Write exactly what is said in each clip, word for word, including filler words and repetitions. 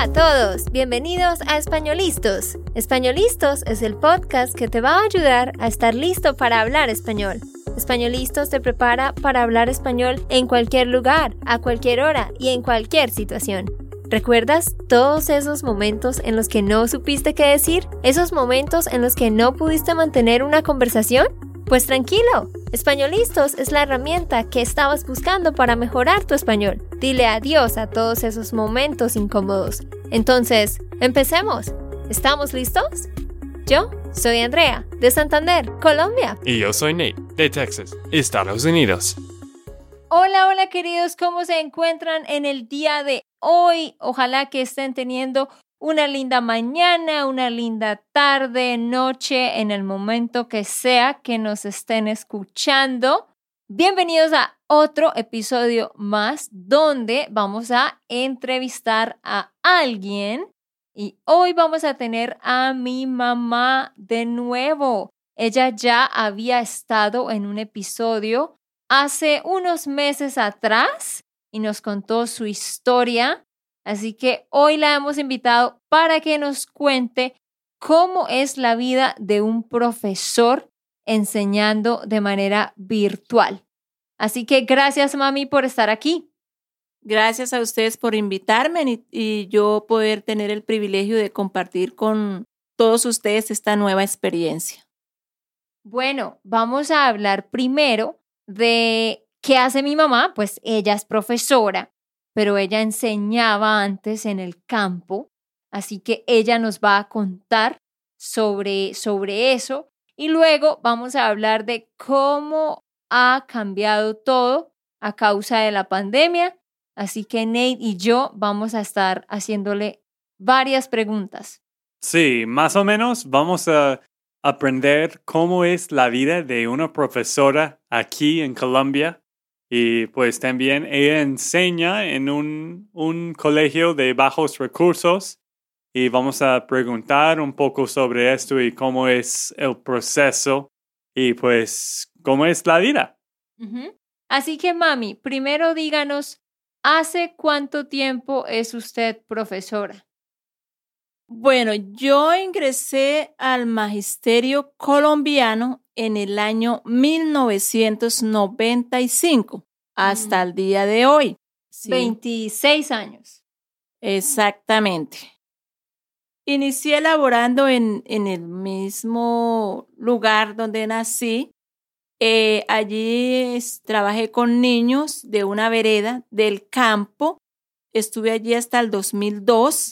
a todos, bienvenidos a Españolistos. Españolistos es el podcast que te va a ayudar a estar listo para hablar español. Españolistos te prepara para hablar español en cualquier lugar, a cualquier hora y en cualquier situación. ¿Recuerdas todos esos momentos en los que no supiste qué decir? ¿Esos momentos en los que no pudiste mantener una conversación? Pues tranquilo, Españolistos es la herramienta que estabas buscando para mejorar tu español. Dile adiós a todos esos momentos incómodos. Entonces, empecemos. ¿Estamos listos? Yo soy Andrea, de Santander, Colombia. Y yo soy Nate, de Texas, Estados Unidos. Hola, hola queridos, ¿cómo se encuentran en el día de hoy? Ojalá que estén teniendo una linda mañana, una linda tarde, noche, en el momento que sea que nos estén escuchando. Bienvenidos a otro episodio más donde vamos a entrevistar a alguien y hoy vamos a tener a mi mamá de nuevo. Ella ya había estado en un episodio hace unos meses atrás y nos contó su historia. Así que hoy la hemos invitado para que nos cuente cómo es la vida de un profesor enseñando de manera virtual. Así que gracias, mami, por estar aquí. Gracias a ustedes por invitarme y, y yo poder tener el privilegio de compartir con todos ustedes esta nueva experiencia. Bueno, vamos a hablar primero de qué hace mi mamá. Pues ella es profesora, pero ella enseñaba antes en el campo, así que ella nos va a contar sobre, sobre eso y luego vamos a hablar de cómo ha cambiado todo a causa de la pandemia, así que Nate y yo vamos a estar haciéndole varias preguntas. Sí, más o menos vamos a aprender cómo es la vida de una profesora aquí en Colombia. Y pues también ella enseña en un, un colegio de bajos recursos y vamos a preguntar un poco sobre esto y cómo es el proceso y pues cómo es la vida. Uh-huh. Así que mami, primero díganos, ¿hace cuánto tiempo es usted profesora? Bueno, yo ingresé al magisterio colombiano en el año mil novecientos noventa y cinco hasta mm. el día de hoy. Sí. veintiséis años. Exactamente. Inicié laborando en, en el mismo lugar donde nací. Eh, allí es, trabajé con niños de una vereda del campo. Estuve allí hasta el dos mil dos.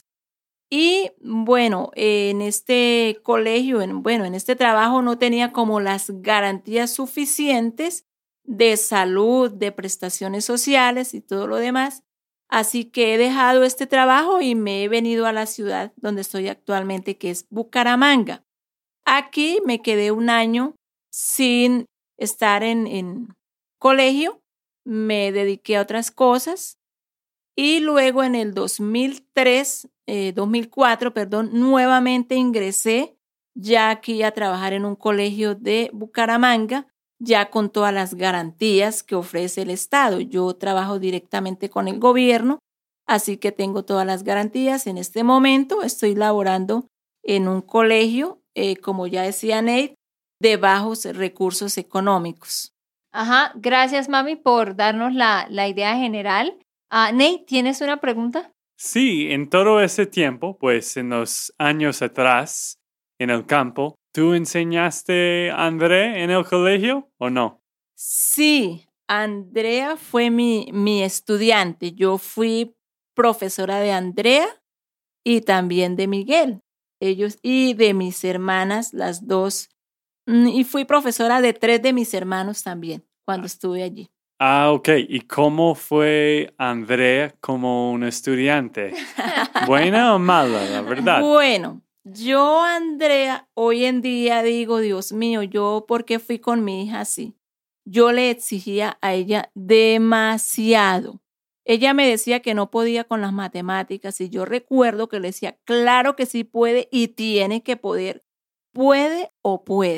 Y bueno, en este colegio, en, bueno, en este trabajo no tenía como las garantías suficientes de salud, de prestaciones sociales y todo lo demás. Así que he dejado este trabajo y me he venido a la ciudad donde estoy actualmente, que es Bucaramanga. Aquí me quedé un año sin estar en, en colegio, me dediqué a otras cosas. Y luego en el dos mil tres, eh, dos mil cuatro, perdón, nuevamente ingresé ya aquí a trabajar en un colegio de Bucaramanga, ya con todas las garantías que ofrece el Estado. Yo trabajo directamente con el gobierno, así que tengo todas las garantías. En este momento estoy laborando en un colegio, eh, como ya decía Nate, de bajos recursos económicos. Ajá, gracias mami por darnos la, la idea general. Uh, Nate, ¿tienes una pregunta? Sí, en todo ese tiempo, pues en los años atrás, en el campo, ¿tú enseñaste a Andrea en el colegio o no? Sí, Andrea fue mi, mi estudiante. Yo fui profesora de Andrea y también de Miguel. Ellos y de mis hermanas, las dos. Y fui profesora de tres de mis hermanos también cuando estuve allí. Ah, ok. ¿Y cómo fue Andrea como una estudiante? ¿Buena o mala, la verdad? Bueno, yo, Andrea, hoy en día digo, Dios mío, yo, ¿por qué fui con mi hija así? Yo le exigía a ella demasiado. Ella me decía que no podía con las matemáticas y yo recuerdo que le decía, claro que sí puede y tiene que poder. Puede o puede.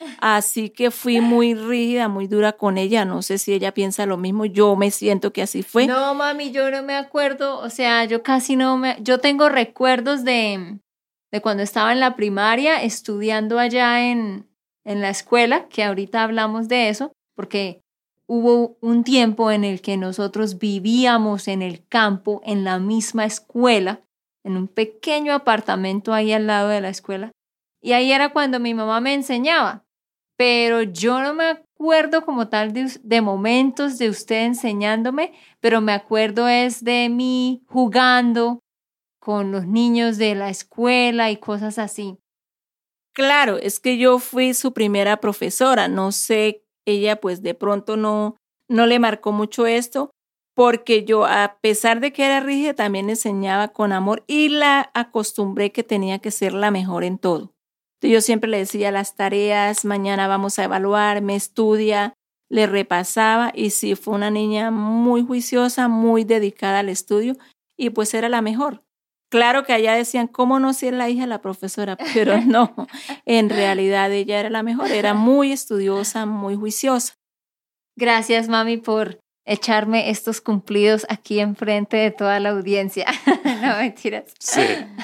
Así que fui muy rígida, muy dura con ella. No sé si ella piensa lo mismo. Yo me siento que así fue. No, mami, yo no me acuerdo. O sea, yo casi no me... Yo tengo recuerdos de, de cuando estaba en la primaria estudiando allá en, en la escuela, que ahorita hablamos de eso, porque hubo un tiempo en el que nosotros vivíamos en el campo, en la misma escuela, en un pequeño apartamento ahí al lado de la escuela. Y ahí era cuando mi mamá me enseñaba. Pero yo no me acuerdo como tal de, de momentos de usted enseñándome, pero me acuerdo es de mí jugando con los niños de la escuela y cosas así. Claro, es que yo fui su primera profesora. No sé, ella pues de pronto no, no le marcó mucho esto, porque yo, a pesar de que era rígida, también enseñaba con amor y la acostumbré que tenía que ser la mejor en todo. Yo siempre le decía las tareas, mañana vamos a evaluar, me estudia, le repasaba y sí, fue una niña muy juiciosa, muy dedicada al estudio y pues era la mejor. Claro que allá decían, ¿cómo no si es la hija de la profesora? Pero no, en realidad ella era la mejor, era muy estudiosa, muy juiciosa. Gracias, mami, por echarme estos cumplidos aquí enfrente de toda la audiencia. No, mentiras. Sí.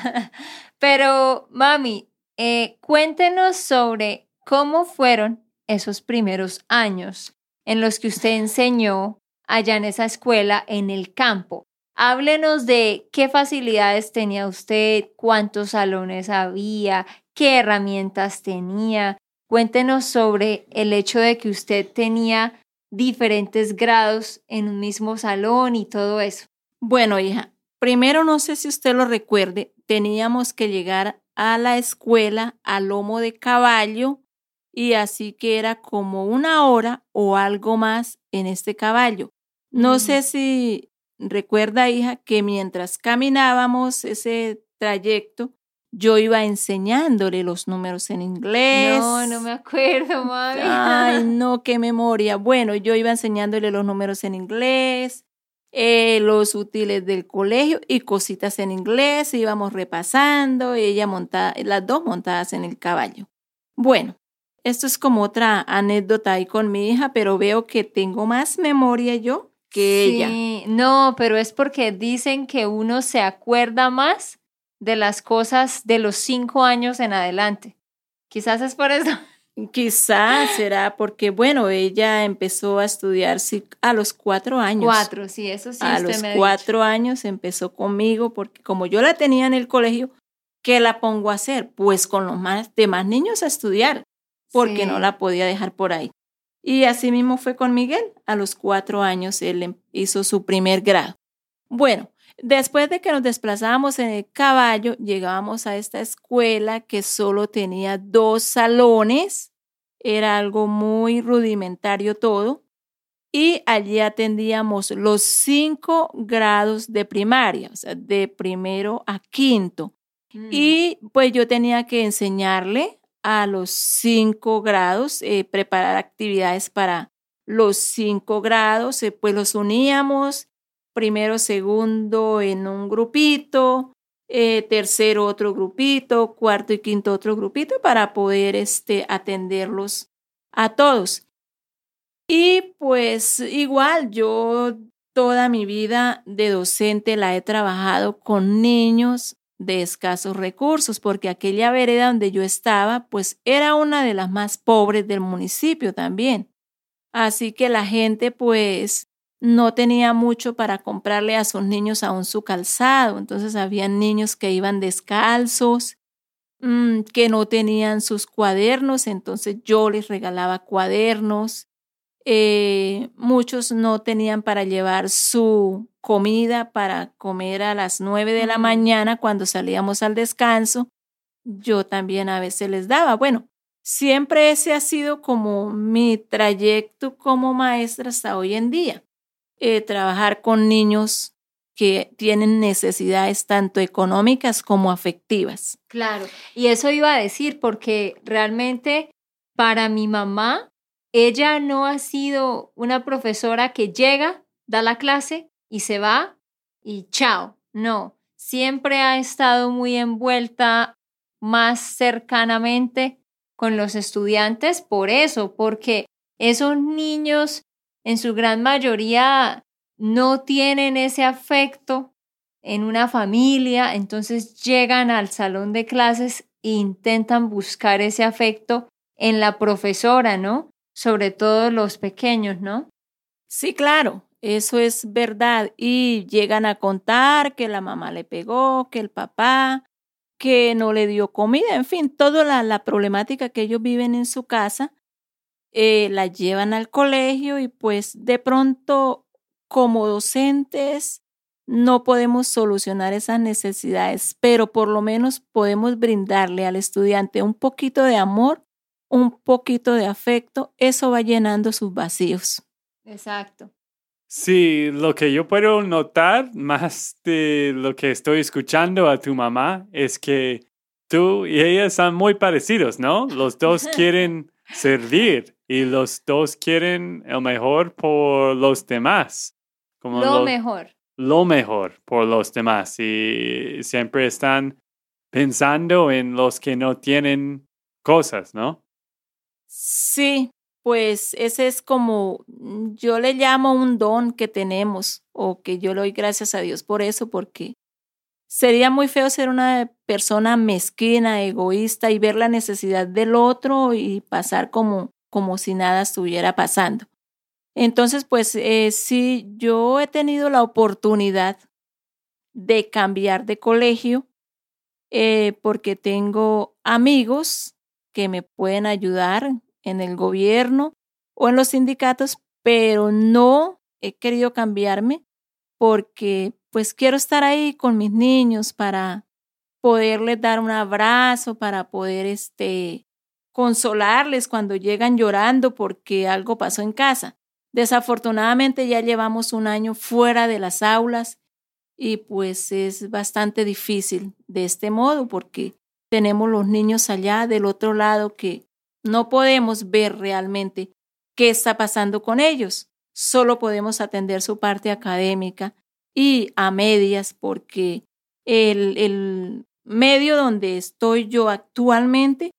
Pero, mami, Eh, cuéntenos sobre cómo fueron esos primeros años en los que usted enseñó allá en esa escuela en el campo. Háblenos de qué facilidades tenía usted, cuántos salones había, qué herramientas tenía. Cuéntenos sobre el hecho de que usted tenía diferentes grados en un mismo salón y todo eso. Bueno, hija, primero no sé si usted lo recuerde, teníamos que llegar a la escuela a lomo de caballo y así que era como una hora o algo más en este caballo. No mm. sé si recuerda, hija, que mientras caminábamos ese trayecto, yo iba enseñándole los números en inglés. No, no me acuerdo, mami. Ay, no, qué memoria. Bueno, yo iba enseñándole los números en inglés. Eh, los útiles del colegio y cositas en inglés, íbamos repasando, ella montada, las dos montadas en el caballo. Bueno, esto es como otra anécdota ahí con mi hija, pero veo que tengo más memoria yo que sí, ella. No, pero es porque dicen que uno se acuerda más de las cosas de los cinco años en adelante. Quizás es por eso. Quizás será porque, bueno, ella empezó a estudiar sí, a los cuatro años. Cuatro, sí, eso sí. A usted los me ha cuatro dicho. años empezó conmigo porque como yo la tenía en el colegio, ¿qué la pongo a hacer? Pues con los más, demás niños a estudiar, porque sí. No la podía dejar por ahí. Y así mismo fue con Miguel. A los cuatro años él hizo su primer grado. Bueno, después de que nos desplazábamos en el caballo, llegábamos a esta escuela que solo tenía dos salones. Era algo muy rudimentario todo. Y allí atendíamos los cinco grados de primaria, o sea, de primero a quinto. Mm. Y pues yo tenía que enseñarle a los cinco grados, eh, preparar actividades para los cinco grados, eh, pues los uníamos, primero, segundo en un grupito, eh, tercero otro grupito, cuarto y quinto otro grupito para poder este, atenderlos a todos. Y pues igual yo toda mi vida de docente la he trabajado con niños de escasos recursos, porque aquella vereda donde yo estaba pues era una de las más pobres del municipio también. Así que la gente pues no tenía mucho para comprarle a sus niños aún su calzado. Entonces habían niños que iban descalzos, mmm, que no tenían sus cuadernos, entonces yo les regalaba cuadernos. Eh, muchos no tenían para llevar su comida para comer a las nueve de la mm. mañana cuando salíamos al descanso. Yo también a veces les daba. Bueno, siempre ese ha sido como mi trayecto como maestra hasta hoy en día. Eh, trabajar con niños que tienen necesidades tanto económicas como afectivas. Claro, y eso iba a decir porque realmente para mi mamá, ella no ha sido una profesora que llega, da la clase y se va y chao. No, siempre ha estado muy envuelta más cercanamente con los estudiantes por eso, porque esos niños en su gran mayoría no tienen ese afecto en una familia, entonces llegan al salón de clases e intentan buscar ese afecto en la profesora, ¿no? Sobre todo los pequeños, ¿no? Sí, claro, eso es verdad. Y llegan a contar que la mamá le pegó, que el papá, que no le dio comida, en fin, toda la, la problemática que ellos viven en su casa, eh, la llevan al colegio y pues de pronto como docentes no podemos solucionar esas necesidades, pero por lo menos podemos brindarle al estudiante un poquito de amor, un poquito de afecto, eso va llenando sus vacíos. Exacto. Sí, lo que yo puedo notar más de lo que estoy escuchando a tu mamá es que tú y ella son muy parecidos, ¿no? Los dos quieren servir y los dos quieren el mejor por los demás. Como Lo lo, mejor. lo mejor por los demás y siempre están pensando en los que no tienen cosas, ¿no? Sí, pues ese es como, mm, yo le llamo un don que tenemos o que yo le doy gracias a Dios por eso, porque sería muy feo ser una persona mezquina, egoísta y ver la necesidad del otro y pasar como, como si nada estuviera pasando. Entonces, pues eh, sí, yo he tenido la oportunidad de cambiar de colegio eh, porque tengo amigos que me pueden ayudar en el gobierno o en los sindicatos, pero no he querido cambiarme porque pues quiero estar ahí con mis niños para poderles dar un abrazo, para poder este, consolarles cuando llegan llorando porque algo pasó en casa. Desafortunadamente ya llevamos un año fuera de las aulas y pues es bastante difícil de este modo porque tenemos los niños allá del otro lado que no podemos ver realmente qué está pasando con ellos. Solo podemos atender su parte académica y a medias porque el, el medio donde estoy yo actualmente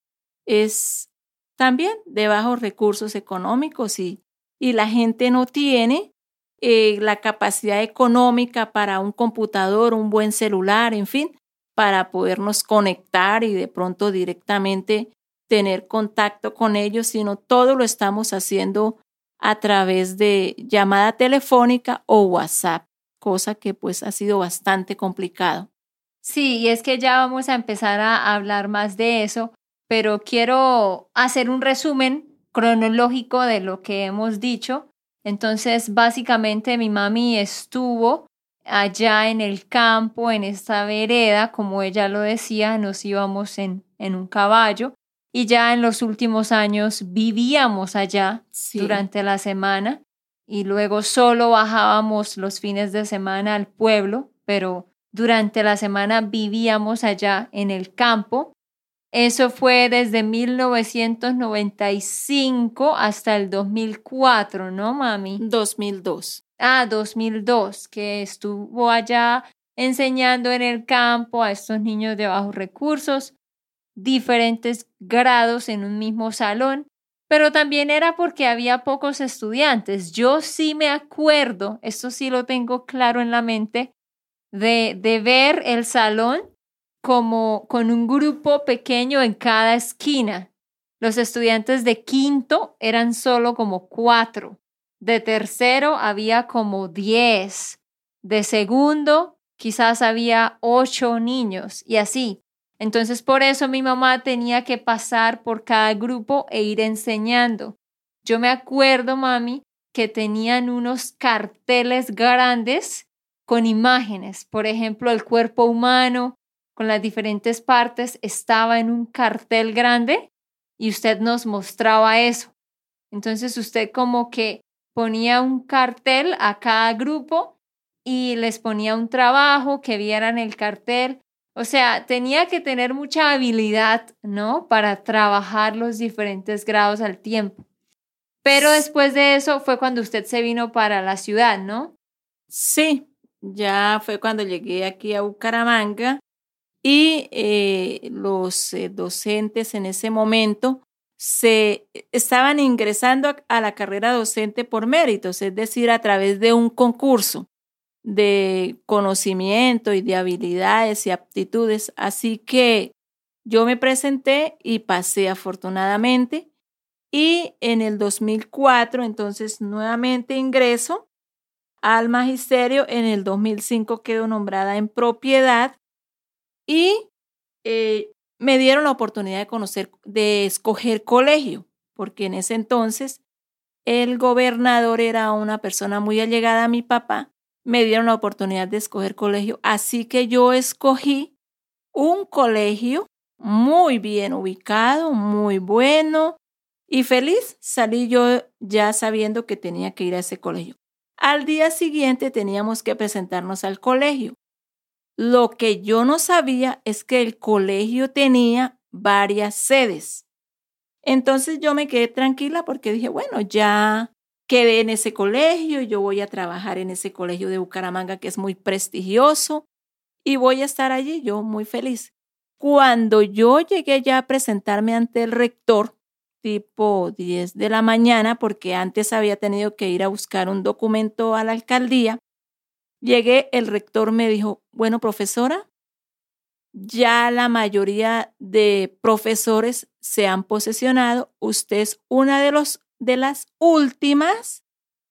es también de bajos recursos económicos y, y la gente no tiene eh, la capacidad económica para un computador, un buen celular, en fin, para podernos conectar y de pronto directamente tener contacto con ellos, sino todo lo estamos haciendo a través de llamada telefónica o WhatsApp, cosa que pues ha sido bastante complicado. Sí, y es que ya vamos a empezar a hablar más de eso, pero quiero hacer un resumen cronológico de lo que hemos dicho. Entonces, básicamente mi mami estuvo allá en el campo, en esta vereda, como ella lo decía, nos íbamos en, en un caballo y ya en los últimos años vivíamos allá Sí. durante la semana y luego solo bajábamos los fines de semana al pueblo, pero durante la semana vivíamos allá en el campo. Eso fue desde mil novecientos noventa y cinco hasta el dos mil cuatro, ¿no, mami? dos mil dos. Ah, dos mil dos, que estuvo allá enseñando en el campo a estos niños de bajos recursos, diferentes grados en un mismo salón, pero también era porque había pocos estudiantes. Yo sí me acuerdo, esto sí lo tengo claro en la mente, de, de ver el salón como con un grupo pequeño en cada esquina. Los estudiantes de quinto eran solo como cuatro. De tercero había como diez. De segundo quizás había ocho niños y así. Entonces por eso mi mamá tenía que pasar por cada grupo e ir enseñando. Yo me acuerdo, mami, que tenían unos carteles grandes con imágenes. Por ejemplo, el cuerpo humano con las diferentes partes estaba en un cartel grande y usted nos mostraba eso. Entonces usted como que ponía un cartel a cada grupo y les ponía un trabajo que vieran el cartel. O sea, tenía que tener mucha habilidad, ¿no? Para trabajar los diferentes grados al tiempo. Pero después de eso fue cuando usted se vino para la ciudad, ¿no? Sí, ya fue cuando llegué aquí a Bucaramanga y eh, los eh, docentes en ese momento se estaban ingresando a, a la carrera docente por méritos, es decir, a través de un concurso de conocimiento y de habilidades y aptitudes. Así que yo me presenté y pasé afortunadamente. Y en el dos mil cuatro, entonces, nuevamente ingreso al magisterio. En el dos mil cinco quedo nombrada en propiedad y eh, me dieron la oportunidad de conocer, de escoger colegio, porque en ese entonces el gobernador era una persona muy allegada a mi papá. Me dieron la oportunidad de escoger colegio, así que yo escogí un colegio muy bien ubicado, muy bueno. Y feliz salí yo ya sabiendo que tenía que ir a ese colegio. Al día siguiente teníamos que presentarnos al colegio. Lo que yo no sabía es que el colegio tenía varias sedes. Entonces yo me quedé tranquila porque dije, bueno, ya quedé en ese colegio, yo voy a trabajar en ese colegio de Bucaramanga que es muy prestigioso y voy a estar allí, yo muy feliz. Cuando yo llegué ya a presentarme ante el rector, tipo diez de la mañana, porque antes había tenido que ir a buscar un documento a la alcaldía. Llegué, el rector me dijo, bueno, profesora, ya la mayoría de profesores se han posesionado, usted es una de, los, de las últimas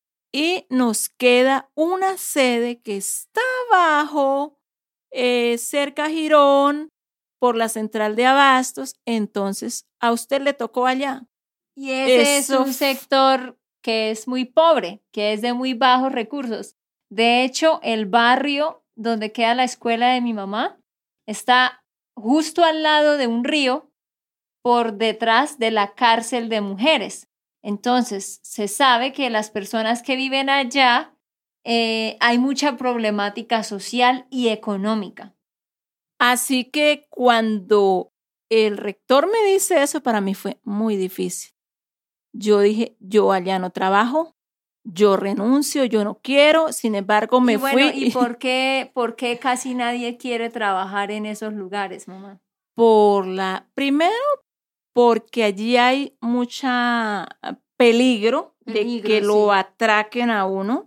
y nos queda una sede que está abajo, eh, cerca a Girón, por la central de abastos, entonces a usted le tocó allá. Y ese Eso es un sector que es muy pobre, que es de muy bajos recursos. De hecho, el barrio donde queda la escuela de mi mamá está justo al lado de un río por detrás de la cárcel de mujeres. Entonces, se sabe que las personas que viven allá eh, hay mucha problemática social y económica. Así que cuando el rector me dice eso, para mí fue muy difícil. Yo dije, yo allá no trabajo, yo renuncio, yo no quiero, sin embargo me y bueno, fui. ¿y por qué, por qué casi nadie quiere trabajar en esos lugares, mamá? Por la, primero, porque allí hay mucha peligro, Peligro, de que sí. lo atraquen a uno.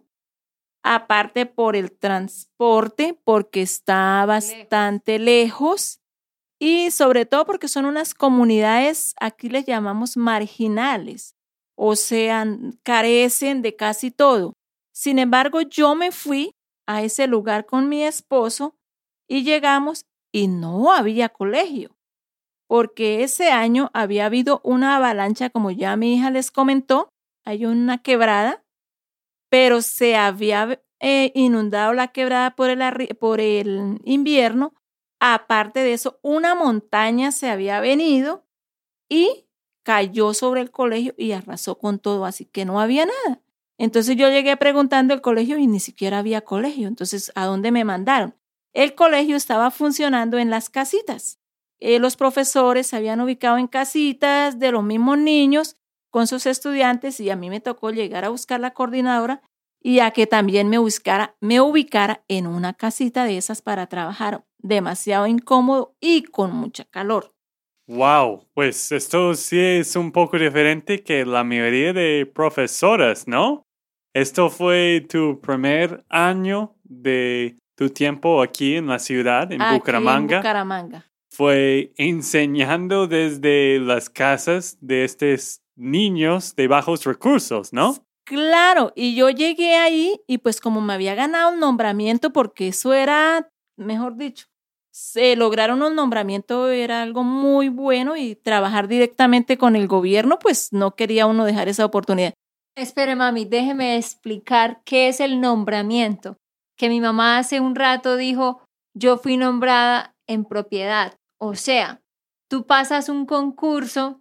Aparte por el transporte, porque está bastante lejos. Y sobre todo porque son unas comunidades, aquí les llamamos marginales, o sea, carecen de casi todo. Sin embargo, yo me fui a ese lugar con mi esposo y llegamos y no había colegio, porque ese año había habido una avalancha, como ya mi hija les comentó, hay una quebrada, pero se había eh, inundado la quebrada por el, por el invierno. Aparte de eso, una montaña se había venido y cayó sobre el colegio y arrasó con todo, así que no había nada. Entonces yo llegué preguntando al colegio y ni siquiera había colegio. Entonces, ¿a dónde me mandaron? El colegio estaba funcionando en las casitas. Eh, los profesores se habían ubicado en casitas de los mismos niños con sus estudiantes y a mí me tocó llegar a buscar la coordinadora y a que también me buscara, me ubicara en una casita de esas para trabajar. Demasiado incómodo y con mucha calor. Wow, pues esto sí es un poco diferente que la mayoría de profesoras, ¿no? Esto fue tu primer año de tu tiempo aquí en la ciudad, en aquí Bucaramanga. En Bucaramanga. Fue enseñando desde las casas de estos niños de bajos recursos, ¿no? Claro, y yo llegué ahí y pues como me había ganado un nombramiento, porque eso era, mejor dicho, se lograron un nombramiento, era algo muy bueno y trabajar directamente con el gobierno, pues no quería uno dejar esa oportunidad. Espere, mami, déjeme explicar qué es el nombramiento. Que mi mamá hace un rato dijo, yo fui nombrada en propiedad. O sea, tú pasas un concurso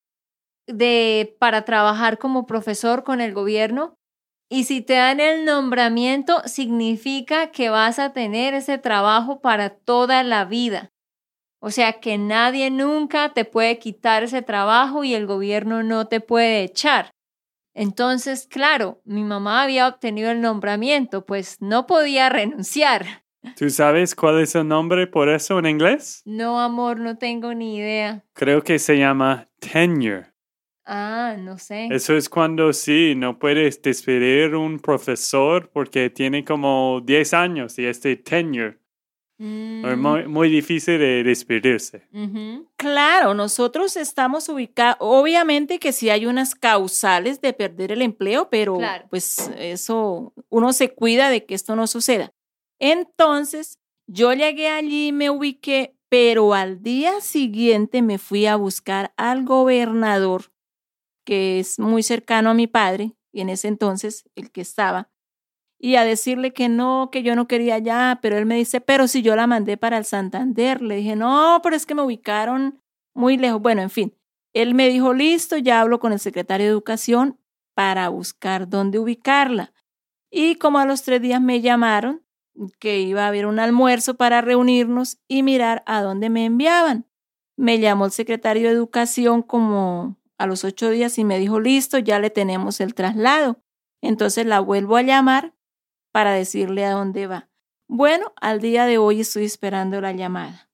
de, para trabajar como profesor con el gobierno y si te dan el nombramiento significa que vas a tener ese trabajo para toda la vida. O sea que nadie nunca te puede quitar ese trabajo y el gobierno no te puede echar. Entonces, claro, mi mamá había obtenido el nombramiento, pues no podía renunciar. ¿Tú sabes cuál es el nombre por eso en inglés? No, amor, no tengo ni idea. Creo que se llama tenure. Ah, no sé. Eso es cuando sí, no puedes despedir un profesor porque tiene como diez años y este tenure. Mm, Es muy, muy difícil de despedirse. ujú. Claro, nosotros estamos ubicados, obviamente que sí hay unas causales de perder el empleo, pero Claro. pues eso, uno se cuida de que esto no suceda. Entonces, yo llegué allí, me ubiqué, pero al día siguiente me fui a buscar al gobernador, que es muy cercano a mi padre, y en ese entonces el que estaba, y a decirle que no, que yo no quería ya, pero él me dice, pero si yo la mandé para el Santander, le dije, no, pero es que me ubicaron muy lejos. Bueno, en fin, él me dijo, listo, ya hablo con el secretario de Educación para buscar dónde ubicarla. Y como a los tres días me llamaron, que iba a haber un almuerzo para reunirnos y mirar a dónde me enviaban. Me llamó el secretario de Educación como a los ocho días y me dijo, listo, ya le tenemos el traslado. Entonces la vuelvo a llamar para decirle a dónde va. Bueno, al día de hoy estoy esperando la llamada.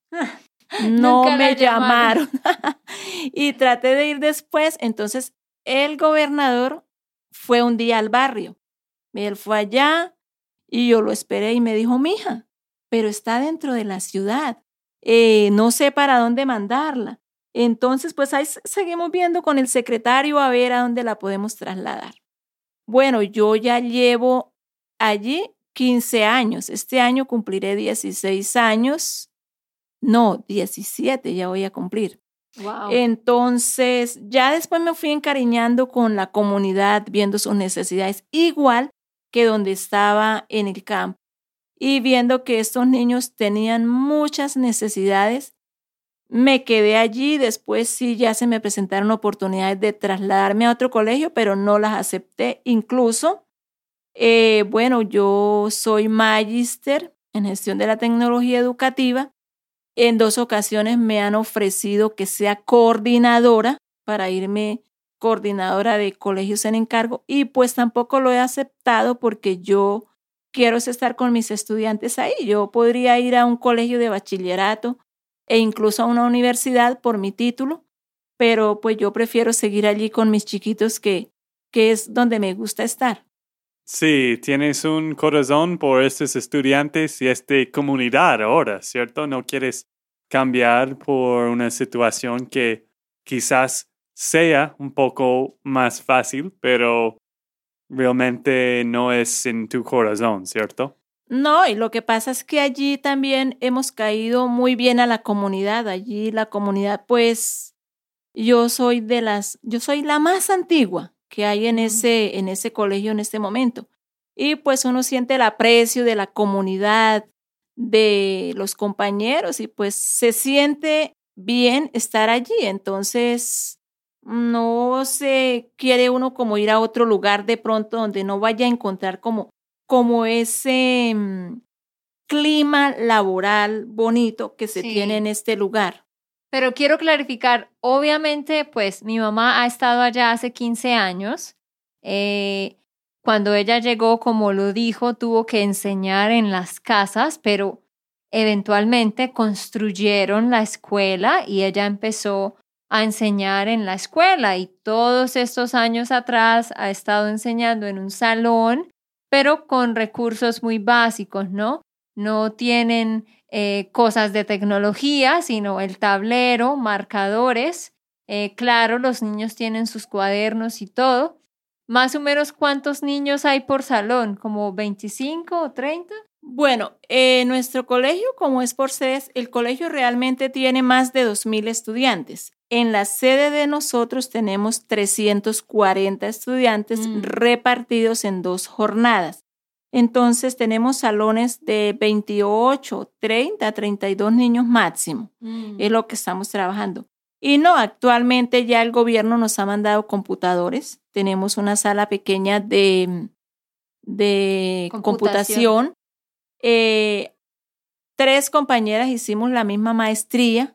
No Nunca la me llamaron. llamaron. Y traté de ir después. Entonces, el gobernador fue un día al barrio. Él fue allá y yo lo esperé y me dijo, mija, pero está dentro de la ciudad. Eh, no sé para dónde mandarla. Entonces, pues ahí seguimos viendo con el secretario a ver a dónde la podemos trasladar. Bueno, yo ya llevo allí quince años. Este año cumpliré dieciséis años. No, diecisiete ya voy a cumplir. Wow. Entonces, ya después me fui encariñando con la comunidad, viendo sus necesidades, igual que donde estaba en el campo. Y viendo que estos niños tenían muchas necesidades, me quedé allí. Después sí ya se me presentaron oportunidades de trasladarme a otro colegio, pero no las acepté. Incluso, eh, bueno, yo soy magíster en gestión de la tecnología educativa. En dos ocasiones me han ofrecido que sea coordinadora para irme coordinadora de colegios en encargo y pues tampoco lo he aceptado porque yo quiero es estar con mis estudiantes ahí. Yo podría ir a un colegio de bachillerato e incluso a una universidad por mi título, pero pues yo prefiero seguir allí con mis chiquitos que, que es donde me gusta estar. Sí, tienes un corazón por estos estudiantes y esta comunidad ahora, ¿cierto? No quieres cambiar por una situación que quizás sea un poco más fácil, pero realmente no es en tu corazón, ¿cierto? No, y lo que pasa es que allí también hemos caído muy bien a la comunidad. Allí la comunidad, pues, yo soy de las, yo soy la más antigua que hay en ese, en ese colegio en este momento. Y pues uno siente el aprecio de la comunidad, de los compañeros, y pues se siente bien estar allí. Entonces, no se quiere uno como ir a otro lugar de pronto donde no vaya a encontrar como, como ese mm, clima laboral bonito que se Sí. tiene en este lugar. Pero quiero clarificar, obviamente, pues mi mamá ha estado allá hace quince años. Eh, cuando ella llegó, como lo dijo, tuvo que enseñar en las casas, pero eventualmente construyeron la escuela y ella empezó a enseñar en la escuela y todos estos años atrás ha estado enseñando en un salón, pero con recursos muy básicos, ¿no? No tienen eh, cosas de tecnología, sino el tablero, marcadores. Eh, claro, los niños tienen sus cuadernos y todo. Más o menos, ¿cuántos niños hay por salón? ¿Como veinticinco o treinta? Bueno, en nuestro colegio, como es por sedes, el colegio realmente tiene más de dos mil estudiantes. En la sede de nosotros tenemos trescientos cuarenta estudiantes Mm. repartidos en dos jornadas. Entonces tenemos salones de veintiocho, treinta, treinta y dos niños máximo. Mm. Es lo que estamos trabajando. Y no, actualmente ya el gobierno nos ha mandado computadores. Tenemos una sala pequeña de, de Computación. computación. Eh, tres compañeras hicimos la misma maestría.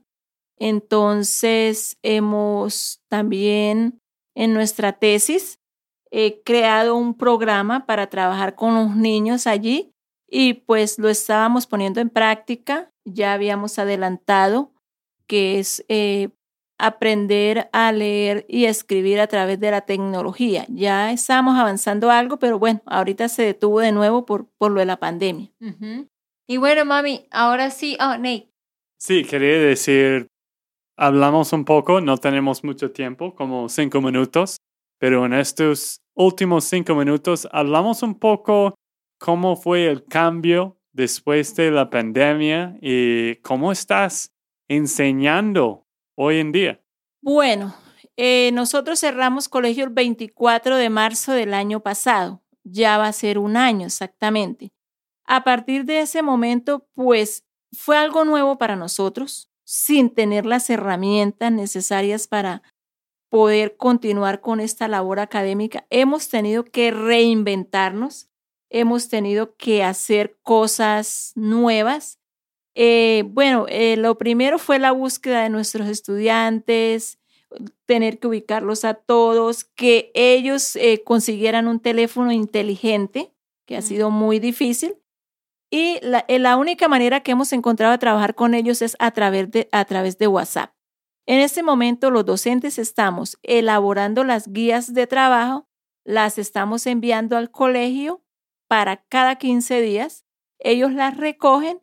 Entonces hemos también en nuestra tesis He creado un programa para trabajar con los niños allí y pues lo estábamos poniendo en práctica. Ya habíamos adelantado que es eh, aprender a leer y escribir a través de la tecnología. Ya estamos avanzando algo, pero bueno, ahorita se detuvo de nuevo por, por lo de la pandemia. Uh-huh. Y bueno, mami, ahora sí, oh, Nate. Sí, quería decir, hablamos un poco, no tenemos mucho tiempo, como cinco minutos, pero en estos últimos cinco minutos hablamos un poco cómo fue el cambio después de la pandemia y cómo estás enseñando hoy en día. Bueno, eh, nosotros cerramos colegio el veinticuatro de marzo del año pasado. Ya va a ser un año exactamente. A partir de ese momento, pues fue algo nuevo para nosotros, sin tener las herramientas necesarias para poder continuar con esta labor académica. Hemos tenido que reinventarnos, hemos tenido que hacer cosas nuevas. Eh, bueno, eh, lo primero fue la búsqueda de nuestros estudiantes, tener que ubicarlos a todos, que ellos eh, consiguieran un teléfono inteligente, que ha sido muy difícil. Y la, la única manera que hemos encontrado de trabajar con ellos es a través de, a través de WhatsApp. En este momento los docentes estamos elaborando las guías de trabajo, las estamos enviando al colegio para cada quince días. Ellos las recogen,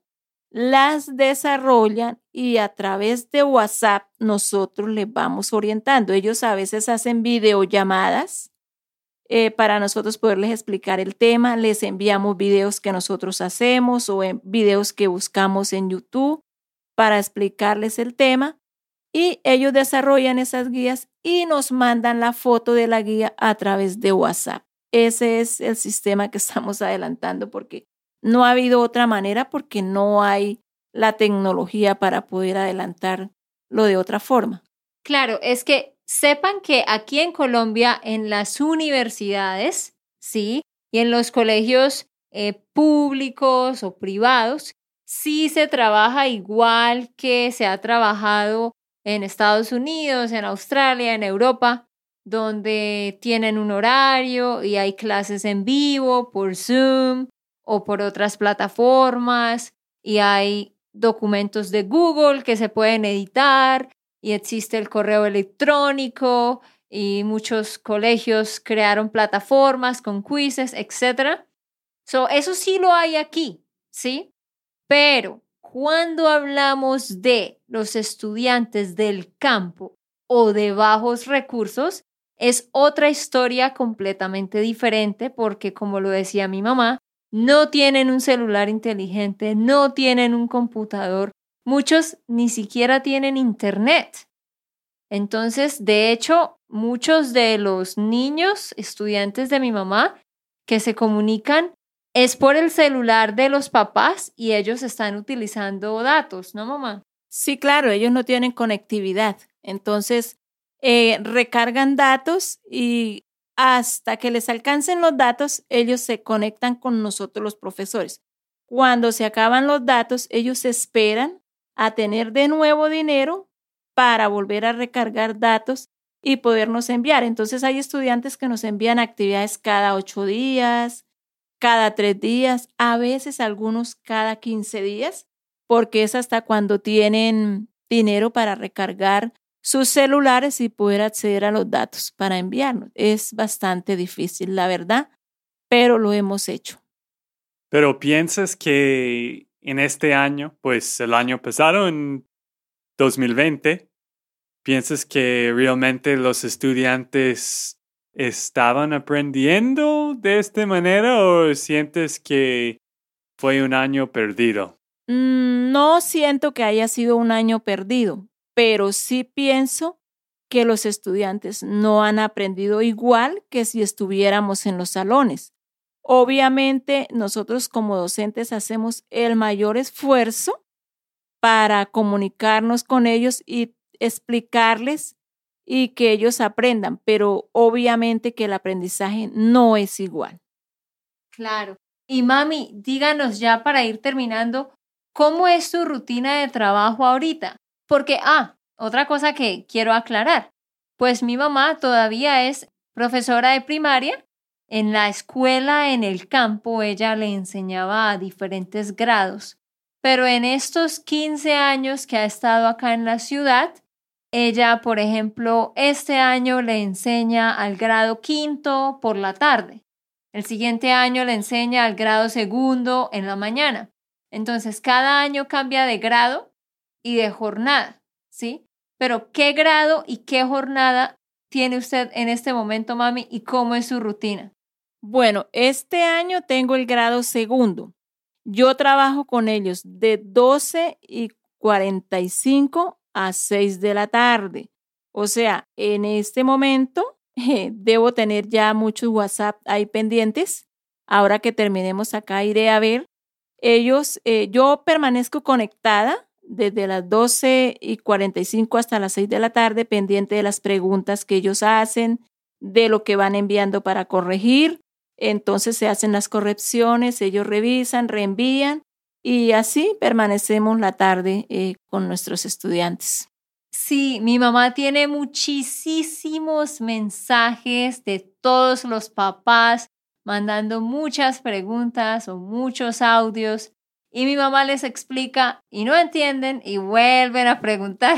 las desarrollan y a través de WhatsApp nosotros les vamos orientando. Ellos a veces hacen videollamadas eh, para nosotros poderles explicar el tema. Les enviamos videos que nosotros hacemos o en videos que buscamos en YouTube para explicarles el tema. Y ellos desarrollan esas guías y nos mandan la foto de la guía a través de WhatsApp. Ese es el sistema que estamos adelantando porque no ha habido otra manera, porque no hay la tecnología para poder adelantarlo de otra forma. Claro, es que sepan que aquí en Colombia, en las universidades, ¿sí? Y en los colegios eh, públicos o privados, sí se trabaja igual que se ha trabajado en Estados Unidos, en Australia, en Europa, donde tienen un horario y hay clases en vivo por Zoom o por otras plataformas y hay documentos de Google que se pueden editar y existe el correo electrónico y muchos colegios crearon plataformas con quizzes, etcétera. So, eso sí lo hay aquí, ¿sí? Pero cuando hablamos de los estudiantes del campo o de bajos recursos, es otra historia completamente diferente porque, como lo decía mi mamá, no tienen un celular inteligente, no tienen un computador, muchos ni siquiera tienen internet. Entonces, de hecho, muchos de los niños, estudiantes de mi mamá, que se comunican es por el celular de los papás y ellos están utilizando datos, ¿no, mamá? Sí, claro, ellos no tienen conectividad. Entonces, eh, recargan datos y hasta que les alcancen los datos, ellos se conectan con nosotros los profesores. Cuando se acaban los datos, ellos esperan a tener de nuevo dinero para volver a recargar datos y podernos enviar. Entonces, hay estudiantes que nos envían actividades cada ocho días, cada tres días, a veces algunos cada quince días, porque es hasta cuando tienen dinero para recargar sus celulares y poder acceder a los datos para enviarnos. Es bastante difícil, la verdad, pero lo hemos hecho. Pero piensas que en este año, pues el año pasado, en dos mil veinte, ¿piensas que realmente los estudiantes estaban aprendiendo de esta manera o sientes que fue un año perdido? Mm, no siento que haya sido un año perdido, pero sí pienso que los estudiantes no han aprendido igual que si estuviéramos en los salones. Obviamente, nosotros como docentes hacemos el mayor esfuerzo para comunicarnos con ellos y explicarles y que ellos aprendan, pero obviamente que el aprendizaje no es igual. Claro. Y mami, díganos ya para ir terminando, ¿cómo es tu rutina de trabajo ahorita? Porque, ah, otra cosa que quiero aclarar, pues mi mamá todavía es profesora de primaria. En la escuela, en el campo, ella le enseñaba a diferentes grados, pero en estos quince años que ha estado acá en la ciudad, ella, por ejemplo, este año le enseña al grado quinto por la tarde. El siguiente año le enseña al grado segundo en la mañana. Entonces, cada año cambia de grado y de jornada, ¿sí? Pero, ¿qué grado y qué jornada tiene usted en este momento, mami? ¿Y cómo es su rutina? Bueno, este año tengo el grado segundo. Yo trabajo con ellos de doce y cuarenta y cinco a seis de la tarde. O sea, en este momento eh, debo tener ya muchos WhatsApp ahí pendientes. Ahora que terminemos acá iré a ver. Ellos, eh, yo permanezco conectada desde las doce y cuarenta y cinco hasta las seis de la tarde, pendiente de las preguntas que ellos hacen, de lo que van enviando para corregir. Entonces se hacen las correcciones, ellos revisan, reenvían y así permanecemos la tarde eh, con nuestros estudiantes. Sí, mi mamá tiene muchísimos mensajes de todos los papás mandando muchas preguntas o muchos audios y mi mamá les explica y no entienden y vuelven a preguntar.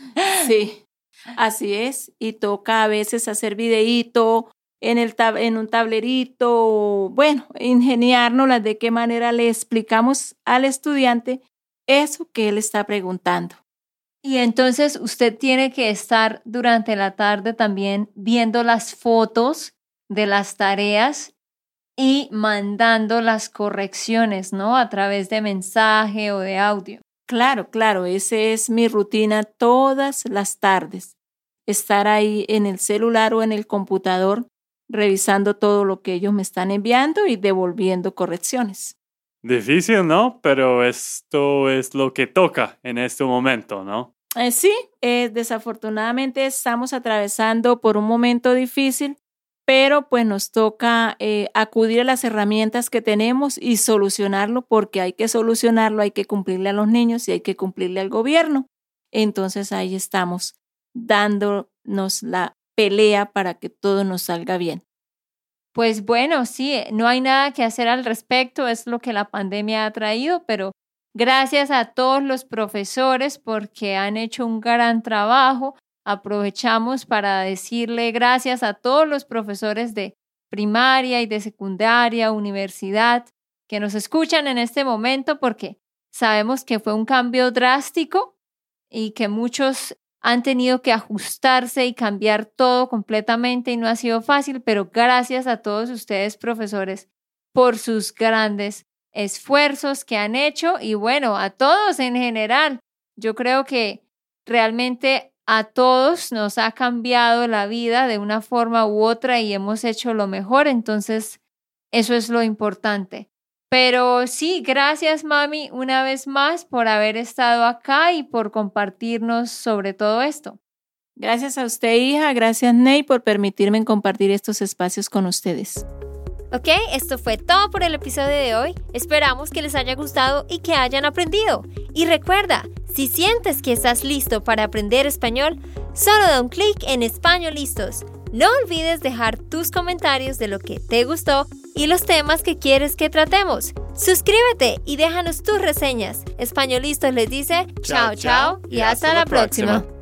Sí, así es. Y toca a veces hacer videíto en, el tab- en un tablerito, bueno, ingeniárnoslas de qué manera le explicamos al estudiante eso que él está preguntando. Y entonces usted tiene que estar durante la tarde también viendo las fotos de las tareas y mandando las correcciones, ¿no? A través de mensaje o de audio. Claro, claro, esa es mi rutina todas las tardes. Estar ahí en el celular o en el computador revisando todo lo que ellos me están enviando y devolviendo correcciones. Difícil, ¿no? Pero esto es lo que toca en este momento, ¿no? Eh, sí, eh, desafortunadamente estamos atravesando por un momento difícil, pero pues nos toca eh, acudir a las herramientas que tenemos y solucionarlo porque hay que solucionarlo, hay que cumplirle a los niños y hay que cumplirle al gobierno. Entonces ahí estamos dándonos la pelea para que todo nos salga bien. Pues bueno, sí, no hay nada que hacer al respecto, es lo que la pandemia ha traído, pero gracias a todos los profesores porque han hecho un gran trabajo. Aprovechamos para decirle gracias a todos los profesores de primaria y de secundaria, universidad, que nos escuchan en este momento porque sabemos que fue un cambio drástico y que muchos han tenido que ajustarse y cambiar todo completamente y no ha sido fácil, pero gracias a todos ustedes, profesores, por sus grandes esfuerzos que han hecho y bueno, a todos en general. Yo creo que realmente a todos nos ha cambiado la vida de una forma u otra y hemos hecho lo mejor, entonces eso es lo importante. Pero sí, gracias mami una vez más por haber estado acá y por compartirnos sobre todo esto. Gracias a usted, hija, gracias Ney por permitirme compartir estos espacios con ustedes. Ok, esto fue todo por el episodio de hoy. Esperamos que les haya gustado y que hayan aprendido. Y recuerda, si sientes que estás listo para aprender español, solo da un clic en Español Listos. No olvides dejar tus comentarios de lo que te gustó y los temas que quieres que tratemos. Suscríbete y déjanos tus reseñas. Español Listos les dice chao, chao y hasta la próxima.